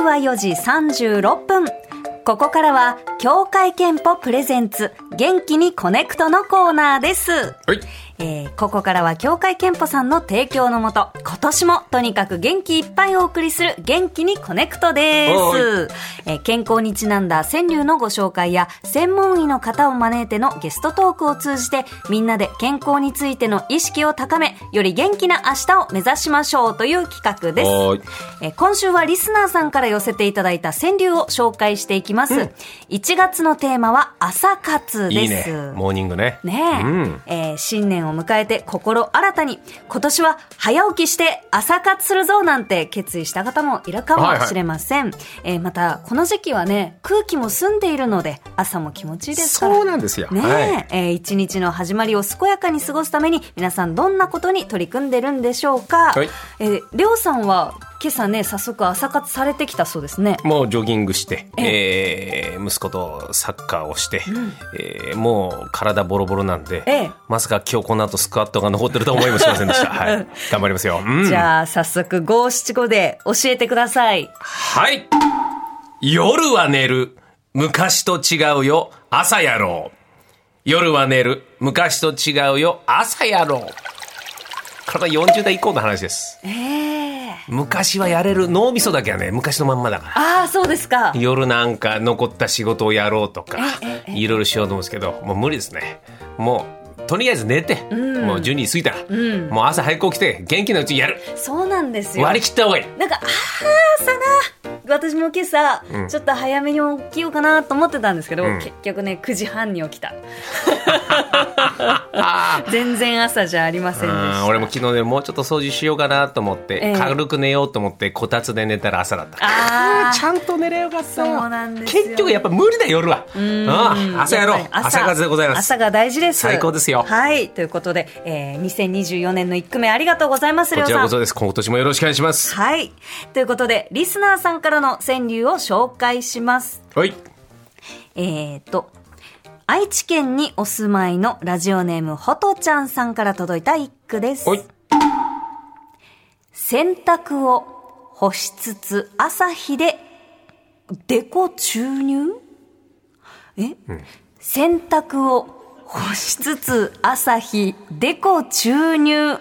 は4時36分。ここからは協会憲法プレゼンツ元気にコネクトのコーナーです。 はい。 ここからは協会憲法さんの提供のもと、今年もとにかく元気いっぱいお送りする元気にコネクトです。健康にちなんだ川柳のご紹介や専門医の方を招いてのゲストトークを通じて、みんなで健康についての意識を高め、より元気な明日を目指しましょうという企画です。今週はリスナーさんから寄せていただいた川柳を紹介していきます。1月のテーマは朝活です。 いいね。モーニングね。 新年を迎えて心新たに、今年は早起きして朝活するぞなんて決意した方もいるかもしれません。またこの時期はね、空気も澄んでいるので朝も気持ちいいですから。 そうなんですよ。 一日の始まりを健やかに過ごすために、皆さんどんなことに取り組んでるんでしょうか。りょうさんは今朝ね、早速朝活されてきたそうですね。 もうジョギングして、息子とサッカーをして、もう体ボロボロなんで、まさか今日この後スクワットが残ってると思いもしませんでした。頑張りますよ。 じゃあ早速五七五で教えてください。 はい。夜は寝る、昔と違うよ、朝やろう。夜は寝る、昔と違うよ、朝やろう。これは40代以降の話です。昔はやれる、脳みそだけはね、昔のまんまだから。 ああ、そうですか。 夜なんか残った仕事をやろうとか、いろいろしようと思うんですけど、もう無理ですね。もうとりあえず寝て、もう12時過ぎたら、もう朝早く起きて元気なうちにやる。 そうなんですよ。 割り切った方がいい。 なんか朝な、私も今朝、ちょっと早めに起きようかなと思ってたんですけど、結局ね9時半に起きた。全然朝じゃありませんでした。 俺も昨日ね、もうちょっと掃除しようかなと思って、軽く寝ようと思ってこたつで寝たら朝だった。ちゃんと寝れよかったよ。 そうなんですよ。 結局やっぱ無理だ夜は。朝やろう。朝活でございます。 朝が大事です。 最高ですよ。 はい、ということで、2024年の1句目ありがとうございます。 こちらこそです。今年もよろしくお願いします。 はい、ということでリスナーさんからの川柳を紹介します。 はい。 愛知県にお住まいのラジオネームほとちゃんさんから届いた一句です。洗濯を干しつつ朝日でデコ注入？洗濯を干しつつ朝日デコ注入。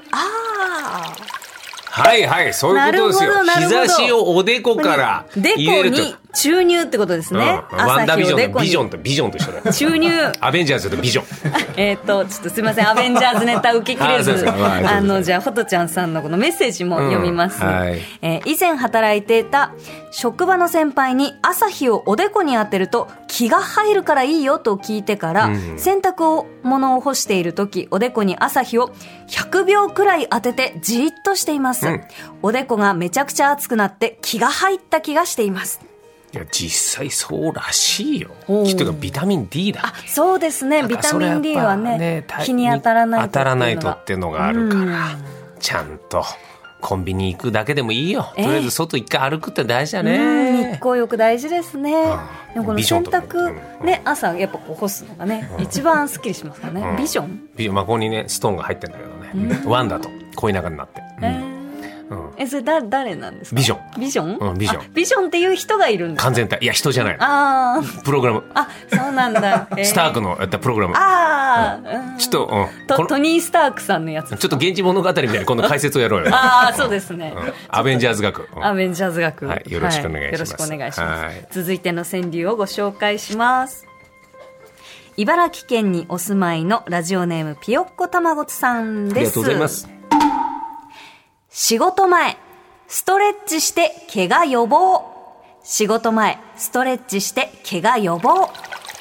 はいはい、そういうことですよ。日差しをおでこから入れると。 デコに注入ってことですね。 ワンダービジョンのビジョンとビジョンと一緒だよ。 注入。 アベンジャーズとビジョン。 ちょっとすいません、アベンジャーズネタ受けきれず、じゃあほとちゃんさんのこのメッセージも読みます。以前働いていた職場の先輩に朝日をおでこに当てると気が入るからいいよと聞いてから、洗濯物を干している時、おでこに朝日を100秒くらい当ててじーっとしています。おでこがめちゃくちゃ熱くなって気が入った気がしています。 いや実際そうらしいよ。きっとビタミン D だ。 そうですね。ビタミン D はね、日に当たらないとっていうのがあるから、ちゃんとコンビニ行くだけでもいいよ。とりあえず外一回歩くって大事だね。 日光浴大事ですね。でもこの洗濯ね、朝やっぱこう干すのがね、一番スッキリしますからね。ビジョン？ ここにねストーンが入ってるんだけどね。ワンだと恋仲になって。 それ誰なんですか？ ビジョン。 ビジョン？ ビジョン。 ビジョンっていう人がいるんですか？ 完全体。いや人じゃない。プログラム。 そうなんだ。 スタークのやったプログラム。ちょっとトニー・スタークさんのやつ。 ちょっと現地物語みたいな今度解説をやろうよ。 そうですね。 アベンジャーズ学。 アベンジャーズ学。 よろしくお願いします。 よろしくお願いします。続いての川柳をご紹介します。茨城県にお住まいのラジオネームピヨッコたまごつさんです。 ありがとうございます。 仕事前ストレッチして怪我予防。仕事前ストレッチして怪我予防。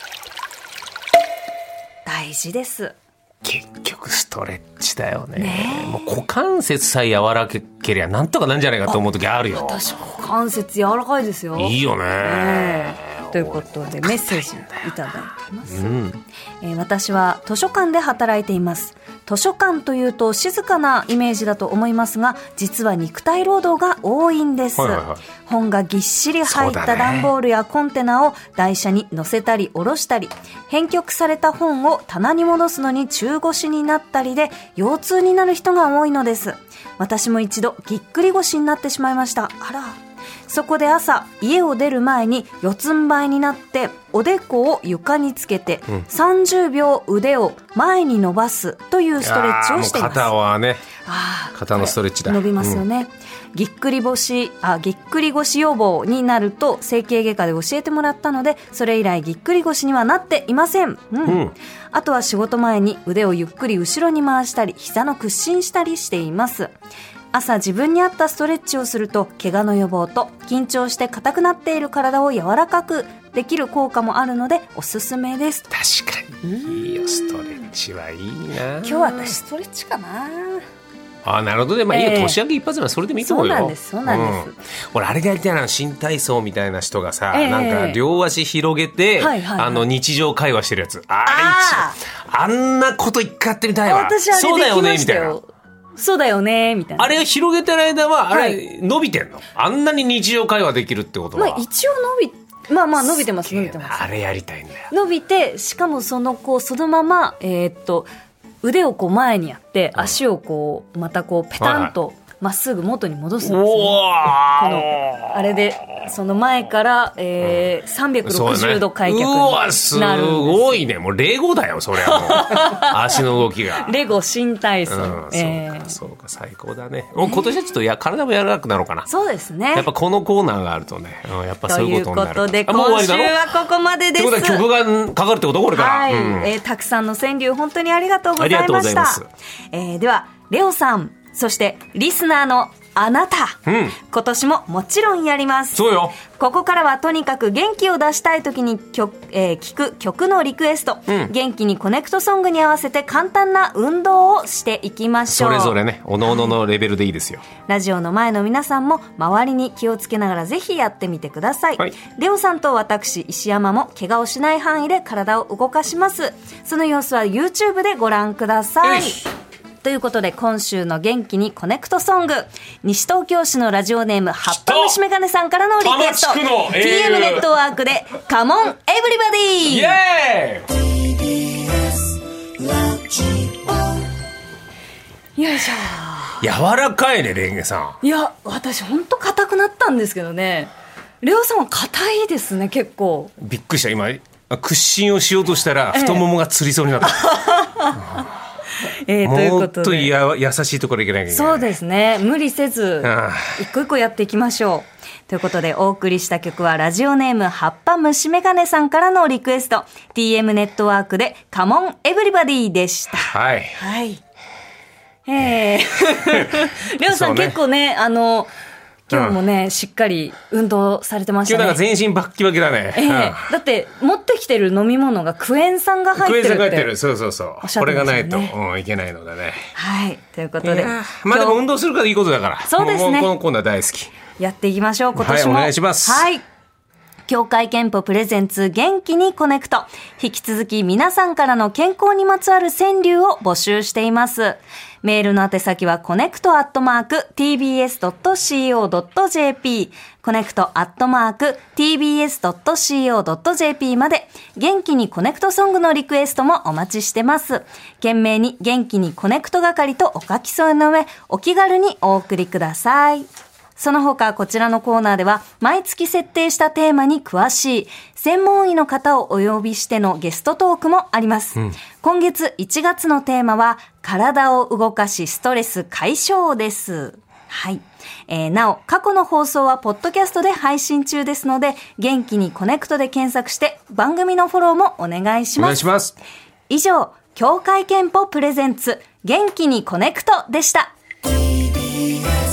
大事です。 結局ストレッチだよね。もう股関節さえ柔らけけりゃなんとかなんじゃないかと思う時あるよ。 私股関節柔らかいですよ。 いいよね。 ということでメッセージいただいています。私は図書館で働いています。図書館というと静かなイメージだと思いますが、実は肉体労働が多いんです。本がぎっしり入った段ボールやコンテナを台車に乗せたり下ろしたり、返却された本を棚に戻すのに中腰になったりで腰痛になる人が多いのです。私も一度ぎっくり腰になってしまいました。 そこで朝家を出る前に四つん這いになっておでこを床につけて30秒腕を前に伸ばすというストレッチをしています。 肩はね、肩のストレッチだ。 伸びますよね、ぎっくり腰予防になると整形外科で教えてもらったので、それ以来ぎっくり腰にはなっていません、あとは仕事前に腕をゆっくり後ろに回したり膝の屈伸したりしています。朝自分に合ったストレッチをすると怪我の予防と緊張して硬くなっている体を柔らかくできる効果もあるのでおすすめです。 確かにいいよ、ストレッチはいいな。 今日は私ストレッチかな。 なるほどね、いいよ、年明け一発目はそれでもいいと思うよ。 そうなんです、 俺あれがやりたいな、新体操みたいな人がさ、なんか両足広げて、日常会話してるやつ、あんなこと一回やってみたいわ。 私あれできましたよ。 そうだよねみたいな。 そうだよねみたいな。 あれを広げてる間はあれ伸びてんの、あんなに日常会話できるってことは。 一応伸びてます。 あれやりたいんだよ。 伸びて、しかもそのまま腕を前にやって足をまたペタンとまっすぐ元に戻すんですよ、ね。あれでその前から、360度開脚になるんです。 すごいね、もうレゴだよそれはもう足の動きがレゴ新体操、 そうか最高だね。今年はちょっと体も柔らかくなろうかな。 そうですね、 やっぱこのコーナーがあるとね、やっぱそういうことになる。 ということで今週はここまでです。 ということは曲がかかるってことこれから、 たくさんの川柳本当にありがとうございました。ではレオさん、そしてリスナーのあなた、今年ももちろんやります。 そうよ。 ここからはとにかく元気を出したい時に聴く曲のリクエスト、元気にコネクトソングに合わせて簡単な運動をしていきましょう。 それぞれね、おのおののレベルでいいですよ。 ラジオの前の皆さんも周りに気をつけながらぜひやってみてください。レオさんと私石山も怪我をしない範囲で体を動かします。その様子は YouTube でご覧ください。ということで今週の元気にコネクトソング、西東京市のラジオネームはっぱ虫眼鏡さんからのリクエスト、 TM ネットワークでカモンエブリバディ。イエーイ。よいしょ。 柔らかいねレンゲさん。 いや私ほんと硬くなったんですけどね、レオさんは硬いですね。結構びっくりした。今屈伸をしようとしたら太ももがつりそうになった、もっと優しいところいけなきゃいけない。 そうですね、無理せず一個一個やっていきましょう。ということでお送りした曲はラジオネームはっぱ虫眼鏡さんからのリクエスト、 TM ネットワークでカモンエブリバディでした。 はいレオさん、結構ね今日もね、しっかり運動されてましたね。 今日なんか全身バッキバキだね、 だって持ってきてる飲み物がクエン酸が入ってるって。クエン酸が入ってる、 そう、これがないと、いけないのだね。 ということで、 でも運動するからいいことだから。 そうですね、 このコーナー大好き。 やっていきましょう今年も。 お願いします。 協会憲法プレゼンツ元気にコネクト。引き続き皆さんからの健康にまつわる川柳を募集しています。メールの宛先はconnect@tbs.co.jp、connect@tbs.co.jp まで、元気にコネクトソングのリクエストもお待ちしてます。懸命に元気にコネクト係とお書き添えの上、お気軽にお送りください。その他こちらのコーナーでは毎月設定したテーマに詳しい専門医の方をお呼びしてのゲストトークもあります。今月1月のテーマは体を動かしストレス解消です。なお過去の放送はポッドキャストで配信中ですので、元気にコネクトで検索して番組のフォローもお願いします。 お願いします。 以上、協会憲法プレゼンツ元気にコネクトでした。